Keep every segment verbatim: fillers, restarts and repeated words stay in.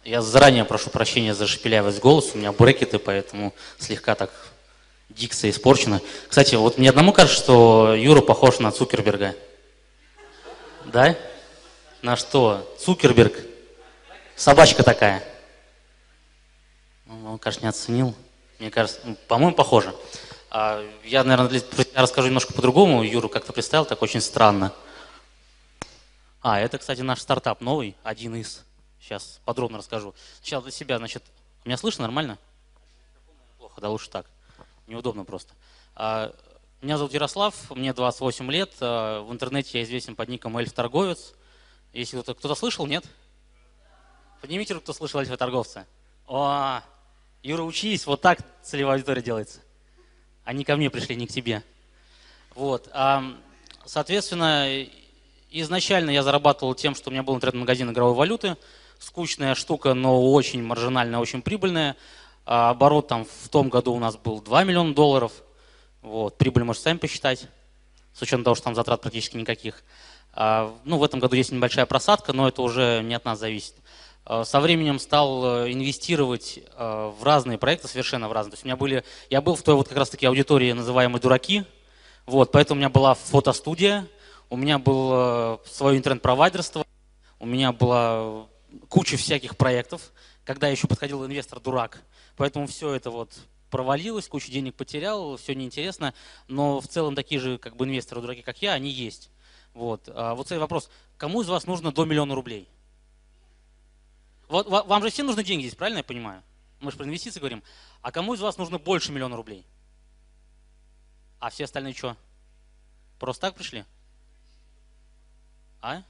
Я заранее прошу прощения за шепелявость голоса, у меня брекеты, поэтому слегка так дикция испорчена. Кстати, вот мне одному кажется, что Юра похож на Цукерберга. Да? На что? Цукерберг. Собачка такая. Он, кажется, не оценил. Мне кажется, ну, по-моему, похоже. А я, наверное, я расскажу немножко по-другому. Юру как-то представил, так очень странно. А, это, кстати, наш стартап новый, один из. Сейчас подробно расскажу. Сначала для себя, значит, меня слышно нормально? Плохо, да лучше так. Неудобно просто. А, меня зовут Ярослав, мне двадцать восемь лет. А, в интернете я известен под ником Эльф-торговец. Если кто-то, кто-то слышал, нет? Поднимите руку, кто слышал Эльфа-торговца. О, Юра, учись, вот так целевая аудитория делается. Они ко мне пришли, не к тебе. Вот. А, соответственно, изначально я зарабатывал тем, что у меня был интернет-магазин игровой валюты. Скучная штука, но очень маржинальная, очень прибыльная. А оборот там в том году у нас был два миллиона долларов. Вот. Прибыль можете сами посчитать, с учетом того, что там затрат практически никаких. А, ну, в этом году есть небольшая просадка, но это уже не от нас зависит. А, со временем стал инвестировать а, в разные проекты, совершенно в разные. То есть у меня были, я был в той вот как раз таки аудитории, называемой дураки. Вот, поэтому у меня была фотостудия, у меня было свое интернет-провайдерство, у меня была куча всяких проектов, когда еще подходил инвестор-дурак. Поэтому все это вот провалилось, кучу денег потерял, все неинтересно. Но в целом такие же как бы инвесторы-дураки, как я, они есть. Вот, а вот целый вопрос. Кому из вас нужно до миллиона рублей? Вот вам же все нужны деньги здесь, правильно я понимаю? Мы же про инвестиции говорим. А кому из вас нужно больше миллиона рублей? А все остальные что? Просто так пришли? А?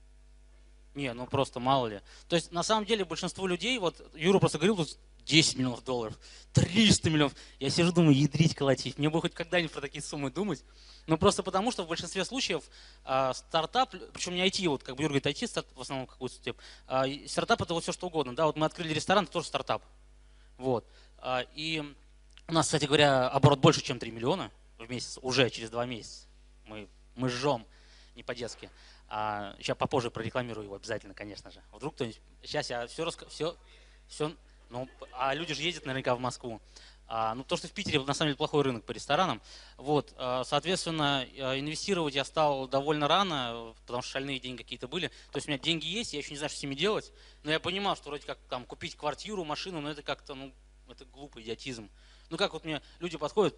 Не, ну просто мало ли. То есть на самом деле большинство людей, вот Юра просто говорил, тут десять миллионов долларов, триста миллионов. Я сижу, думаю, ядрить, колотить. Мне бы хоть когда-нибудь про такие суммы думать. Но просто потому, что в большинстве случаев а, стартап, причем не ай ти, вот как бы Юра говорит, ай ти стартап, в основном какой-то степ, а, стартап это вот все что угодно. Да, вот мы открыли ресторан, это тоже стартап. Вот. А, и у нас, кстати говоря, оборот больше, чем три миллиона в месяц, уже через два месяца. Мы, мы жжем, не по-детски. А, сейчас попозже прорекламирую его обязательно, конечно же. Вдруг кто-нибудь... Сейчас я все рассказываю. Все, все, ну, а люди же ездят наверняка в Москву. А, ну, то, что в Питере на самом деле плохой рынок по ресторанам. Вот, а, соответственно, инвестировать я стал довольно рано, потому что шальные деньги какие-то были. То есть у меня деньги есть, я еще не знаю, что с ними делать. Но я понимал, что вроде как там купить квартиру, машину, но это как-то, ну, это глупый идиотизм. Ну, как вот мне люди подходят,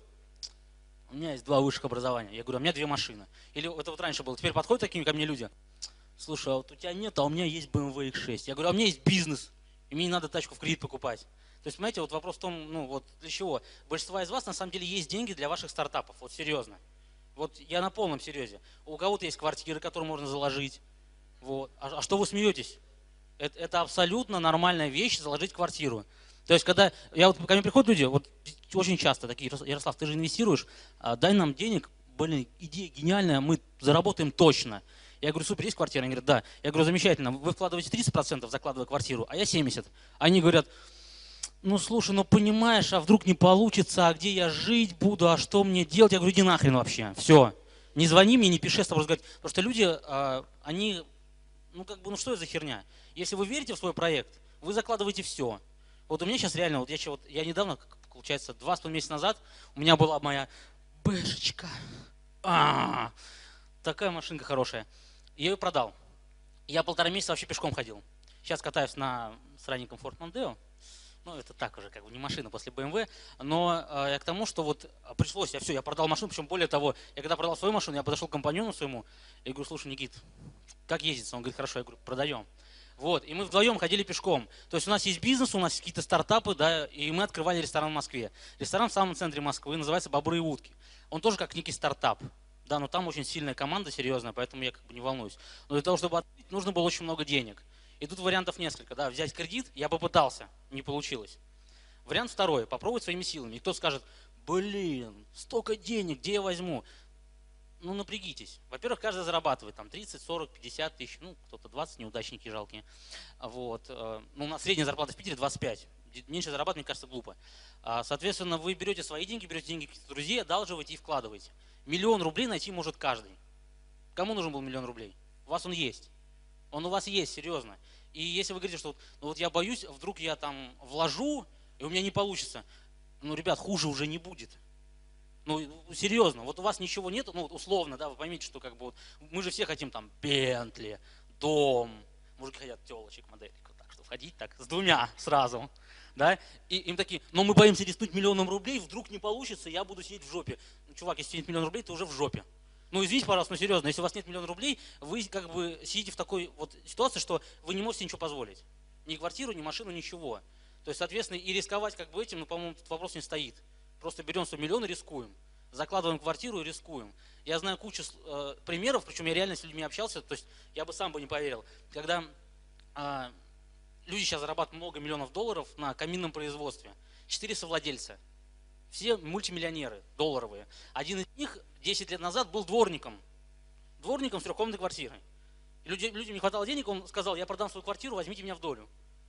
у меня есть два высших образования. Я говорю, а у меня две машины. Или это вот раньше было. Теперь подходят такими ко мне люди. Слушай, а вот у тебя нет, а у меня есть бэ эм вэ икс шесть. Я говорю, а у меня есть бизнес, и мне не надо тачку в кредит покупать. То есть, понимаете, вот вопрос в том, ну вот для чего. Большинство из вас на самом деле есть деньги для ваших стартапов, вот серьезно. Вот я на полном серьезе. У кого-то есть квартиры, которые можно заложить. Вот. А, а что вы смеетесь? Это, это абсолютно нормальная вещь, заложить квартиру. То есть, когда я вот ко мне приходят люди, вот очень часто такие, Ярослав, ты же инвестируешь, дай нам денег, блин, идея гениальная, мы заработаем точно. Я говорю, супер, есть квартира? Они говорят, да. Я говорю, замечательно, вы вкладываете тридцать процентов, закладывая квартиру, а я семьдесят процентов. Они говорят, ну слушай, ну понимаешь, а вдруг не получится, а где я жить буду, а что мне делать? Я говорю, иди нахрен вообще, все. Не звони мне, не пиши, я с тобой разговаривать. Потому что люди, они, ну как бы, ну что это за херня? Если вы верите в свой проект, вы закладываете все. Вот у меня сейчас реально, вот я, вот, я недавно, получается, два с половиной месяца назад, у меня была моя бэшечка. А-а-а, такая машинка хорошая. Я ее продал. Я полтора месяца вообще пешком ходил. Сейчас катаюсь на сраненьком Ford Mondeo. Ну, это так уже, как бы не машина после бэ эм вэ. Но э, я к тому, что вот пришлось, я все, я продал машину, причем более того, я когда продал свою машину, я подошел к компаньону своему, и говорю, слушай, Никит, как ездится? Он говорит, хорошо, я говорю, продаем. Вот, и мы вдвоем ходили пешком. То есть у нас есть бизнес, у нас есть какие-то стартапы, да, и мы открывали ресторан в Москве. Ресторан в самом центре Москвы, называется «Бобры и утки». Он тоже как некий стартап. Да, но там очень сильная команда, серьезная, поэтому я как бы не волнуюсь. Но для того, чтобы открыть, нужно было очень много денег. И тут вариантов несколько, да, взять кредит, я попытался, не получилось. Вариант второй, попробовать своими силами. И кто скажет, блин, столько денег, где я возьму? Ну, напрягитесь. Во-первых, каждый зарабатывает там тридцать, сорок, пятьдесят тысяч, ну, кто-то двадцать, неудачники жалкие. Вот. Ну, у нас средняя зарплата в Питере двадцать пять. Меньше зарабатывать, мне кажется, глупо. Соответственно, вы берете свои деньги, берете деньги каких-то друзей, одалживаете и вкладываете. Миллион рублей найти может каждый. Кому нужен был миллион рублей? У вас он есть. Он у вас есть, серьезно. И если вы говорите, что вот, ну вот я боюсь, вдруг я там вложу, и у меня не получится. Ну, ребят, хуже уже не будет. Ну, серьезно, вот у вас ничего нет, ну, условно, да, вы поймите, что как бы вот, мы же все хотим там Бентли, дом, мужики хотят телочек, моделек, вот так, что входить так, с двумя сразу, да, и им такие, но мы боимся рискнуть миллионом рублей, вдруг не получится, я буду сидеть в жопе. Ну, чувак, если нет миллион рублей, ты уже в жопе. Ну, извините, пожалуйста, ну, серьезно, если у вас нет миллиона рублей, вы как бы сидите в такой вот ситуации, что вы не можете ничего позволить. Ни квартиру, ни машину, ничего. То есть, соответственно, и рисковать как бы этим, ну, по-моему, тут вопрос не стоит. Просто берем свой миллион и рискуем. Закладываем квартиру и рискуем. Я знаю кучу э, примеров, причем я реально с людьми общался, то есть я бы сам бы не поверил. Когда э, люди сейчас зарабатывают много миллионов долларов на каминном производстве. Четыре совладельца. Все мультимиллионеры долларовые. Один из них десять лет назад был дворником. Дворником с трехкомнатной квартирой. Люди, людям не хватало денег, он сказал, я продам свою квартиру, возьмите меня в долю.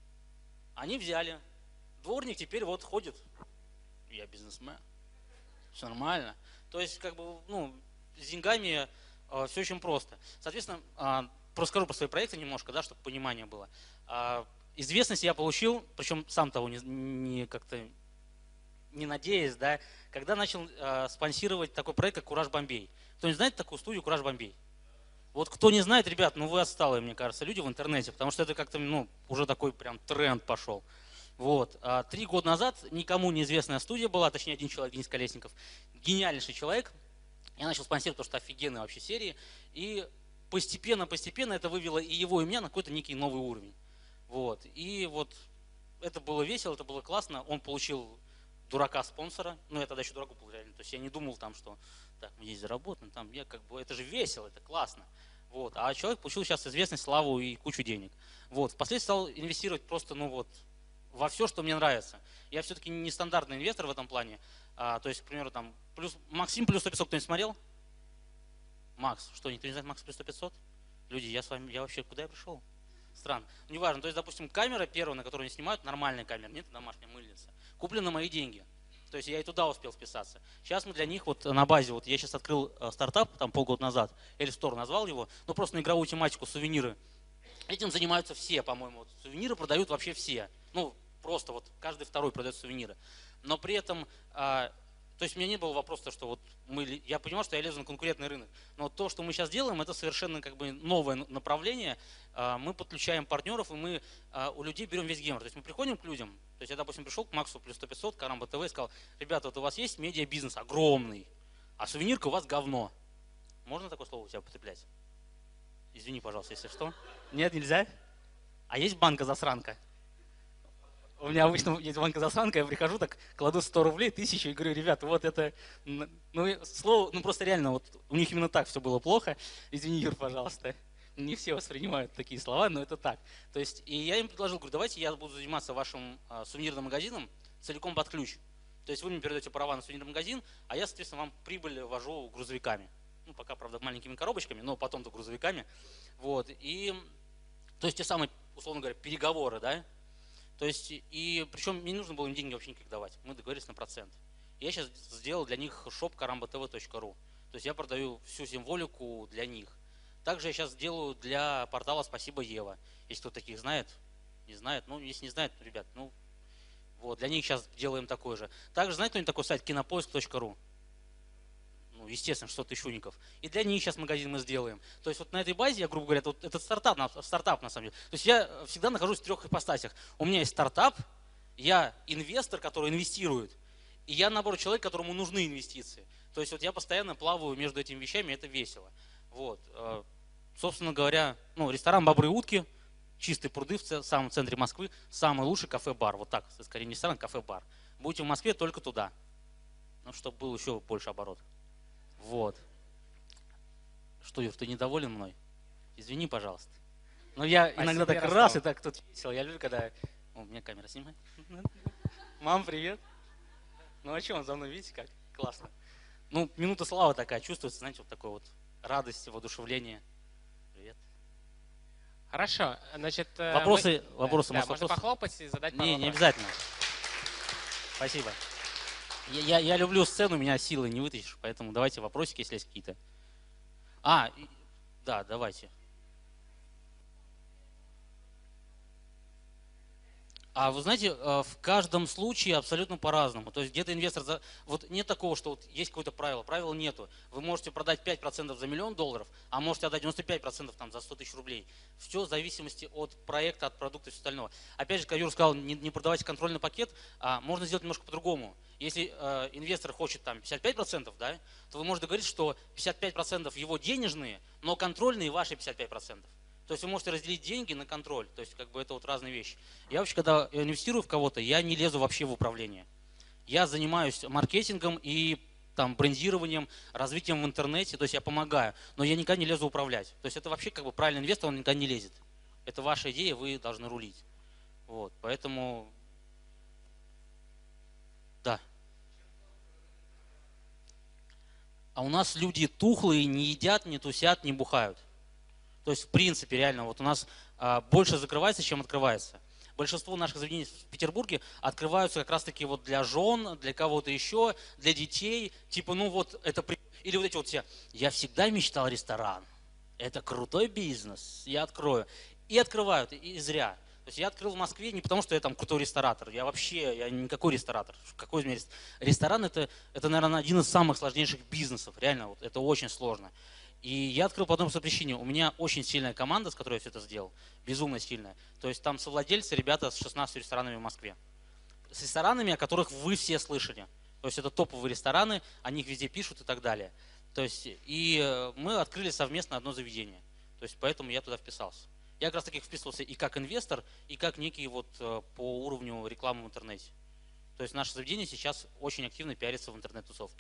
Они взяли. Дворник теперь вот ходит. Я бизнесмен. Все нормально. То есть, как бы, ну, с деньгами э, все очень просто. Соответственно, э, просто скажу про свои проекты немножко, да, чтобы понимание было. Э, известность я получил, причем сам того не, не как-то не надеясь, да, когда начал э, спонсировать такой проект, как Кураж Бомбей. Кто-нибудь знает такую студию Кураж Бомбей? Вот кто не знает, ребят, ну вы отсталые, мне кажется, люди в интернете, потому что это как-то, ну, уже такой прям тренд пошел. Вот. А три года назад никому неизвестная студия была, точнее один человек, Денис Колесников, гениальнейший человек. Я начал спонсировать, потому что офигенные вообще серии. И постепенно-постепенно это вывело и его, и меня на какой-то некий новый уровень. Вот. И вот это было весело, это было классно. Он получил дурака-спонсора. Ну, я тогда еще дураку был реально. То есть я не думал там, что так, мы здесь заработаем, там я как бы, это же весело, это классно. Вот. А человек получил сейчас известность, славу и кучу денег. Вот. Впоследствии стал инвестировать просто, ну вот, во все, что мне нравится. Я все-таки не стандартный инвестор в этом плане. А, то есть, к примеру, там, плюс, Максим плюс сто пятьсот кто-нибудь смотрел? Макс, что, никто не знает Макс плюс сто пятьсот? Люди, я с вами, я вообще, куда я пришел? Странно. Ну, неважно, то есть, допустим, камера первая, на которую они снимают, нормальная камера, нет, домашняя мыльница. Куплена на мои деньги. То есть я и туда успел вписаться. Сейчас мы для них вот на базе, вот я сейчас открыл стартап там полгода назад, Эльстор назвал его, ну просто на игровую тематику, сувениры. Этим занимаются все, по-моему. Вот, сувениры продают вообще все. Ну, просто вот каждый второй продает сувениры. Но при этом, а, то есть у меня не было вопроса, что вот мы, я понимал, что я лезу на конкурентный рынок. Но то, что мы сейчас делаем, это совершенно как бы новое направление. А, мы подключаем партнеров, и мы а, у людей берем весь гемор. То есть мы приходим к людям, то есть я, допустим, пришел к Максу плюс сто пятьсот, Карамба ТВ и сказал, ребята, вот у вас есть медиабизнес огромный, а сувенирка у вас говно. Можно такое слово у тебя употреблять? Извини, пожалуйста, если что. Нет, нельзя? А есть банка-засранка? У меня обычно есть банка-засранка, я прихожу, так кладу сто рублей, тысячу и говорю, ребята, вот это, ну, слово, ну, просто реально, вот у них именно так все было плохо. Извини, Юр, пожалуйста. Не все воспринимают такие слова, но это так. То есть, и я им предложил, говорю, давайте я буду заниматься вашим а, сувенирным магазином целиком под ключ. То есть вы мне передаете права на сувенирный магазин, а я, соответственно, вам прибыль ввожу грузовиками. Ну, пока, правда, маленькими коробочками, но потом-то грузовиками. Вот. И, то есть те самые, условно говоря, переговоры, да. То есть, и причем мне не нужно было им деньги вообще никак давать. Мы договорились на процент. Я сейчас сделал для них шоп карамба тэ вэ точка ру. То есть я продаю всю символику для них. Также я сейчас делаю для портала «Спасибо, Ева». Если кто таких знает, не знает. Ну, если не знает, ребят, ну, вот, для них сейчас делаем такой же. Также знаете кто-нибудь такой сайт кинопоиск точка ру? Ну, естественно, шестьсот тысяч уников. И для них сейчас магазин мы сделаем. То есть вот на этой базе, я, грубо говоря, вот этот стартап, стартап на самом деле. То есть я всегда нахожусь в трех ипостасях. У меня есть стартап, я инвестор, который инвестирует, и я, наоборот, человек, которому нужны инвестиции. То есть вот я постоянно плаваю между этими вещами, и это весело. Вот. Собственно говоря, ну, ресторан «Бобры и утки», чистые пруды в самом центре Москвы, самый лучший кафе-бар. Вот так, скорее не ресторан, кафе-бар. Будете в Москве, только туда. Ну, чтобы был еще больше оборот. Вот. Что, Юр, ты недоволен мной? Извини, пожалуйста. Но я Спасибо, иногда так Ярослав. раз и так тут весело. Я люблю, когда... О, у меня камера снимает. Мам, привет. Ну а что, он за мной, видите, как? Классно. Ну, минута славы такая, чувствуется, знаете, вот такой вот радость, воодушевление. Привет. Хорошо, значит... Вопросы, мы... вопросы, да, можно вопросы? похлопать и задать пару Не, не обязательно. Спасибо. Я, я, я люблю сцену, меня силы не вытащишь, поэтому давайте вопросики, если есть какие-то. А, да, давайте. А вы знаете, э, в каждом случае абсолютно по-разному. То есть где-то инвестор... За... Вот нет такого, что вот есть какое-то правило. Правила нету. Вы можете продать пять процентов за миллион долларов, а можете отдать девяносто пять процентов там, за сто тысяч рублей. Все в зависимости от проекта, от продукта и всего остального. Опять же, как Юра сказал, не, не продавайте контрольный пакет, а можно сделать немножко по-другому. Если э, инвестор хочет там пятьдесят пять процентов, да, то вы можете договориться, что пятьдесят пять процентов его денежные, но контрольные ваши пятьдесят пять процентов. То есть вы можете разделить деньги на контроль. То есть как бы это вот разные вещи. Я вообще, когда инвестирую в кого-то, я не лезу вообще в управление. Я занимаюсь маркетингом и там, брендированием, развитием в интернете. То есть я помогаю, но я никогда не лезу управлять. То есть это вообще как бы правильный инвестор, он никогда не лезет. Это ваша идея, вы должны рулить. Вот, поэтому, да. А у нас люди тухлые, не едят, не тусят, не бухают. То есть, в принципе, реально, вот у нас а, больше закрывается, чем открывается. Большинство наших заведений в Петербурге открываются как раз-таки вот для жен, для кого-то еще, для детей. Типа, ну вот это... при- Или вот эти вот все, я всегда мечтал ресторан. Это крутой бизнес, я открою. И открывают, и, и зря. То есть я открыл в Москве не потому, что я там крутой ресторатор. Я вообще, я никакой ресторатор. Какой из меня рес- Ресторан это, это, наверное, один из самых сложнейших бизнесов. Реально, вот, это очень сложно. И я открыл по одной простой причине. У меня очень сильная команда, с которой я все это сделал. Безумно сильная. То есть там совладельцы, ребята с шестнадцатью ресторанами в Москве. С ресторанами, о которых вы все слышали. То есть это топовые рестораны, о них везде пишут и так далее. То есть и э, мы открыли совместно одно заведение. То есть поэтому я туда вписался. Я как раз таки вписывался и как инвестор, и как некий вот э, по уровню рекламы в интернете. То есть наше заведение сейчас очень активно пиарится в интернет-тусовке.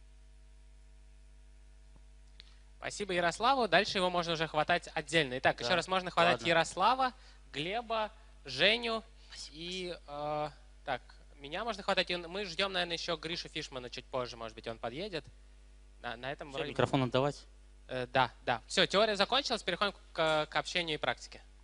Спасибо Ярославу. Дальше его можно уже хватать отдельно. Итак, Да, еще раз можно хватать ладно. Ярослава, Глеба, Женю и... э, так, меня можно хватать. И мы ждем, наверное, еще Гришу Фишмана чуть позже, может быть, он подъедет. На, на этом Все, вроде- микрофон отдавать. Э, да, да. Все, теория закончилась, переходим к, к общению и практике.